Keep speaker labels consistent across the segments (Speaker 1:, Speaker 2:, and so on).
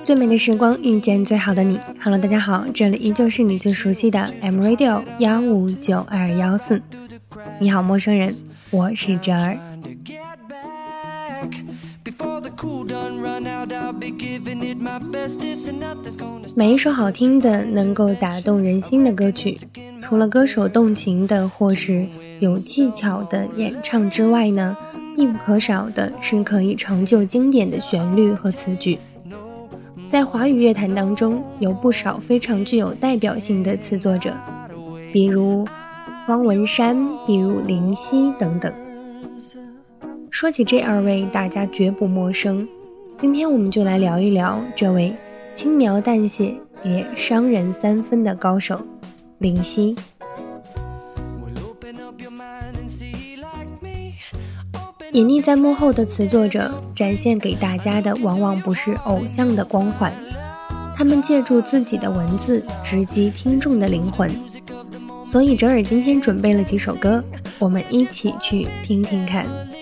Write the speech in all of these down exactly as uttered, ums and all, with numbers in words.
Speaker 1: 最美的时光遇见最好的你。 Hello 大家好，这里依旧是你最熟悉的 M Radio 一五九二一四。你好陌生人，我是哲儿。每一首好听的能够打动人心的歌曲，除了歌手动情的或是有技巧的演唱之外呢，必不可少的是可以成就经典的旋律和词句。在华语乐坛当中，有不少非常具有代表性的词作者，比如方文山，比如林夕等等。说起这二位，大家绝不陌生。今天我们就来聊一聊这位轻描淡写也伤人三分的高手林夕。隐匿在幕后的词作者，展现给大家的往往不是偶像的光环，他们借助自己的文字直击听众的灵魂。所以哲尔今天准备了几首歌，我们一起去听听看。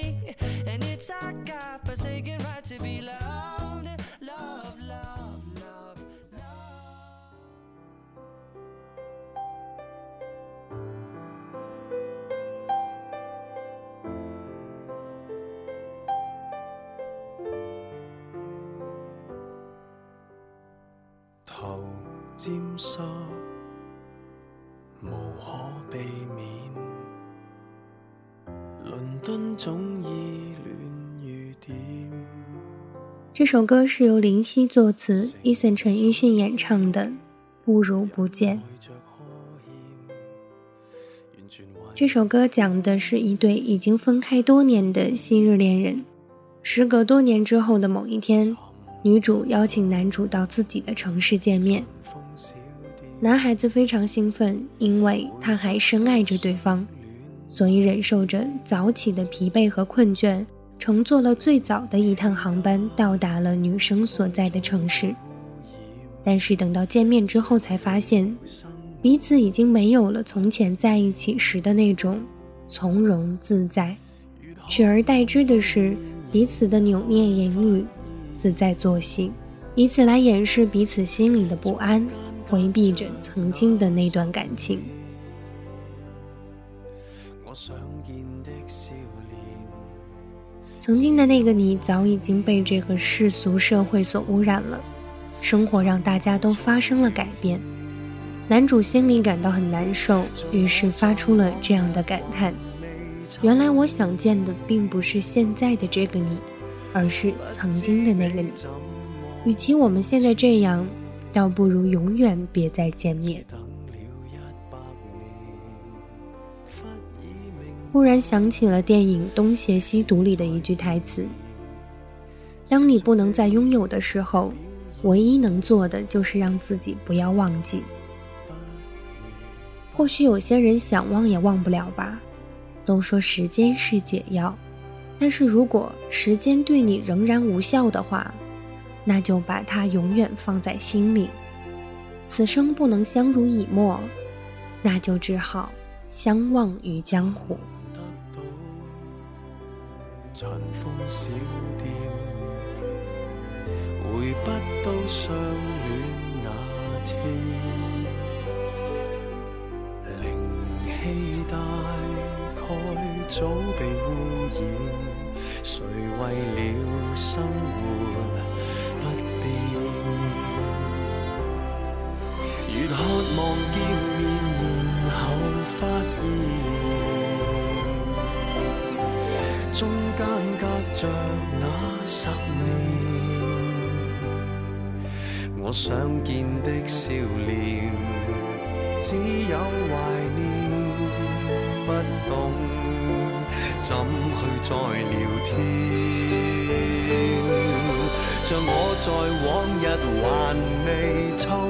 Speaker 2: 頭沾濕無可避免，倫敦總依戀雨點。
Speaker 1: 這首歌是由林夕作詞，Eason陳奕迅演唱的《不如不見》。這首歌講的是一對已經分開多年的昔日戀人，時隔多年之後的某一天，女主邀請男主到自己的城市見面。男孩子非常興奮，因為他還深愛着對方，所以忍受着早起的疲憊和困倦，乘坐了最早的一趟航班到達了女生所在的城市。但是等到見面之後才發現，彼此已經沒有了從前在一起時的那種從容自在，取而代之的是彼此的扭捏言語似在作戲，以此來掩飾彼此心裡的不安，回避着曾經的那段感情。曾經的那個你早已經被這個世俗社會所污染了，生活讓大家都發生了改變。男主心裡感到很難受，於是發出了這樣的感嘆：原來我想見的並不是現在的這個你，而是曾經的那個你。與其我們現在這樣，倒不如永遠別再見面。忽然想起了電影《東邪西毒》裡的一句台詞：當你不能再擁有的時候，唯一能做的就是讓自己不要忘記。或許有些人想忘也忘不了吧，都說時間是解藥，但是如果時間對你仍然無效的話，那就把它永遠放在心裡。此生不能相濡以沫，那就只好相忘於江湖。
Speaker 2: 塵封小店，回不到相戀那天，靈氣大概早被污染，誰為了生活不變，越渴望見面，然後發現中間隔着那十年，我想見的笑臉只有懷念，不懂怎去再聊天，像我在往日還未抽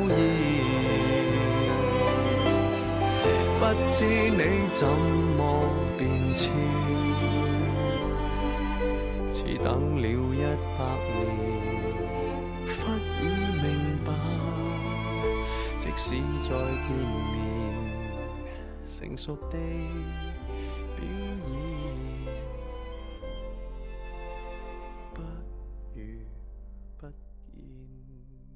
Speaker 2: 煙，不知你怎麼變遷，似等了一百年，忽已明白，即使再見面，成熟地表演，不如不見。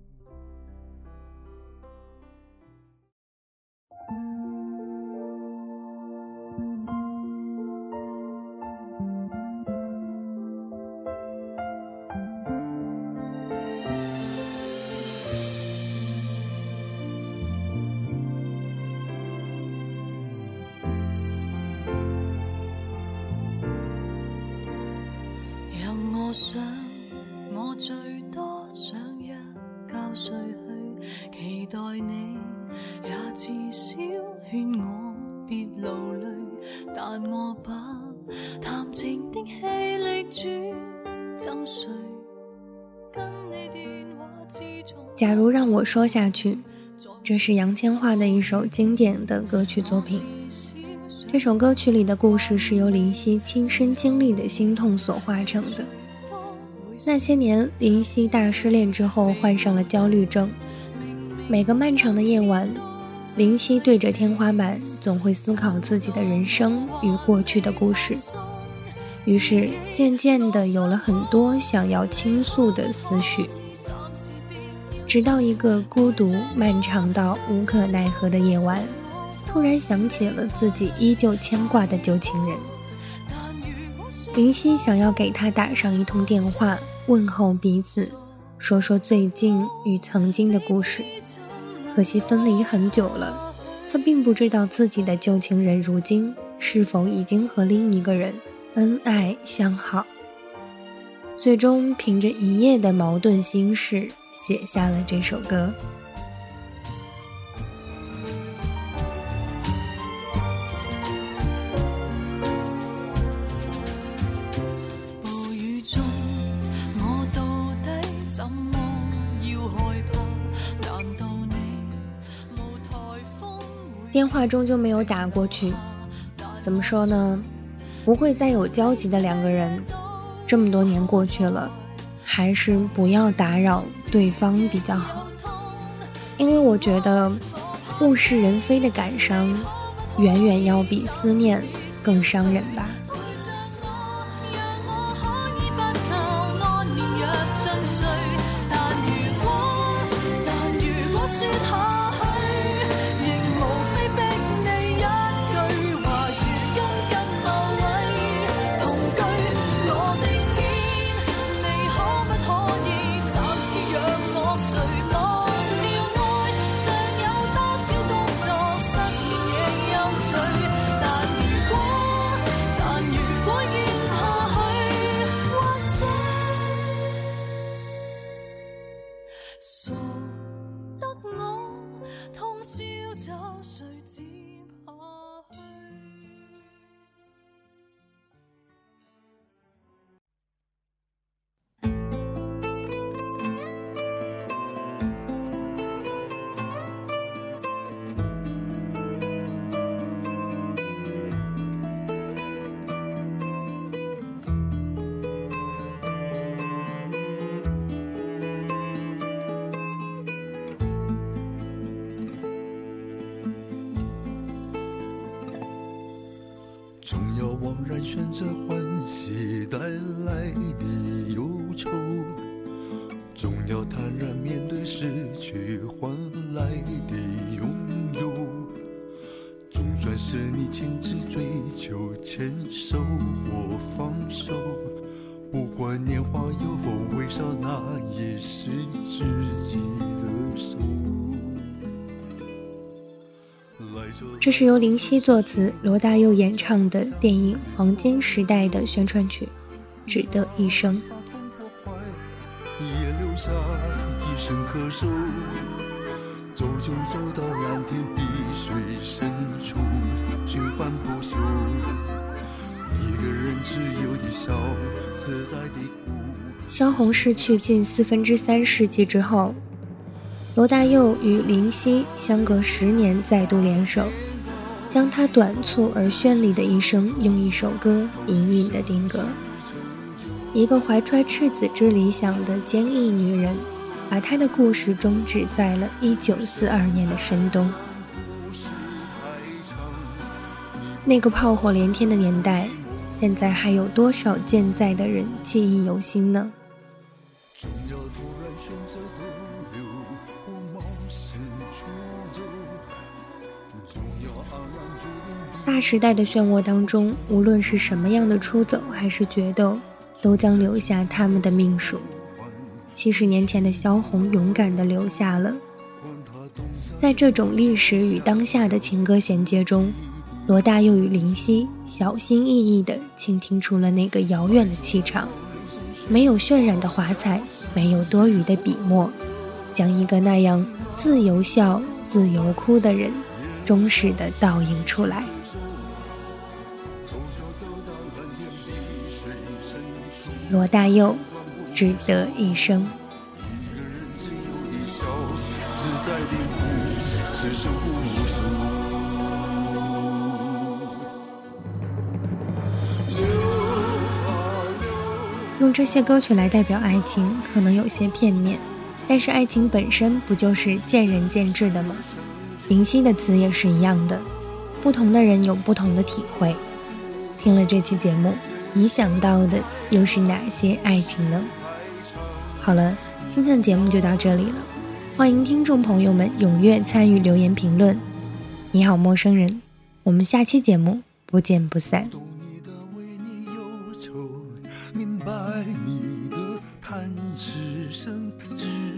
Speaker 3: 待你，也至少劝我别流泪，但我把談情的氣力轉贈誰，跟你電話之中。
Speaker 1: 假如讓我說下去，這是楊千嬅的一首經典的歌曲作品。這首歌曲裡的故事是由林夕親身經歷的心痛所化成的。那些年，林夕大失戀之後患上了焦慮症，每個漫長的夜晚，林夕對着天花板總會思考自己的人生與過去的故事，於是漸漸地有了很多想要傾訴的思緒，直到一個孤獨漫長到無可奈何的夜晚，突然想起了自己依舊牽掛的舊情人。林夕想要給他打上一通電話，問候彼此，說說最近與曾經的故事。可惜分離很久了，他並不知道自己的舊情人如今是否已經和另一個人恩愛相好。最終憑着一夜的矛盾心事，寫下了這首歌。電話終究沒有打過去，怎麼說呢？不會再有交集的兩個人，這麼多年過去了，還是不要打擾對方比較好。因為我覺得物是人非的感傷，遠遠要比思念更傷人吧。
Speaker 2: 总要惘然选择欢喜带来的忧愁，总要坦然面对失去换来的拥有，总算是你亲自追求，牵手或放手，不管年华有否微笑，那也是自己的手。
Speaker 1: 这是由林夕作词，罗大佑演唱的电影《黄金时代》的宣传曲《只得一生》。
Speaker 2: 也留下一声咳嗽，走就走到蓝天碧水深处，循环不休。一个人只有一笑，自在的哭。
Speaker 1: 萧红逝去近四分之三世纪之后，罗大佑与林夕相隔十年再度联手，将他短促而绚丽的一生用一首歌隐隐地定格。一个怀揣赤子之理想的坚毅女人，把她的故事终止在了一九四二年的深冬。那个炮火连天的年代，现在还有多少健在的人记忆犹新呢？大时代的漩涡当中，无论是什么样的出走还是决斗，都将留下他们的命数。七十年前的萧红勇敢地留下了。在这种历史与当下的情歌衔接中，罗大佑与林夕小心翼翼地倾听出了那个遥远的气场，没有渲染的华彩，没有多余的笔墨， 将一个那样自由笑自由哭的人忠实地倒映出来。罗大佑，只得一生。用这些歌曲来代表爱情可能有些片面，但是爱情本身不就是见仁见智的吗？林夕的词也是一样的，不同的人有不同的体会。听了这期节目，你想到的又是哪些爱情呢？好了，今天的节目就到这里了，欢迎听众朋友们踊跃参与留言评论。你好陌生人，我们下期节目不见不散。
Speaker 2: 懂你的为你忧愁，明白你的叹息声，只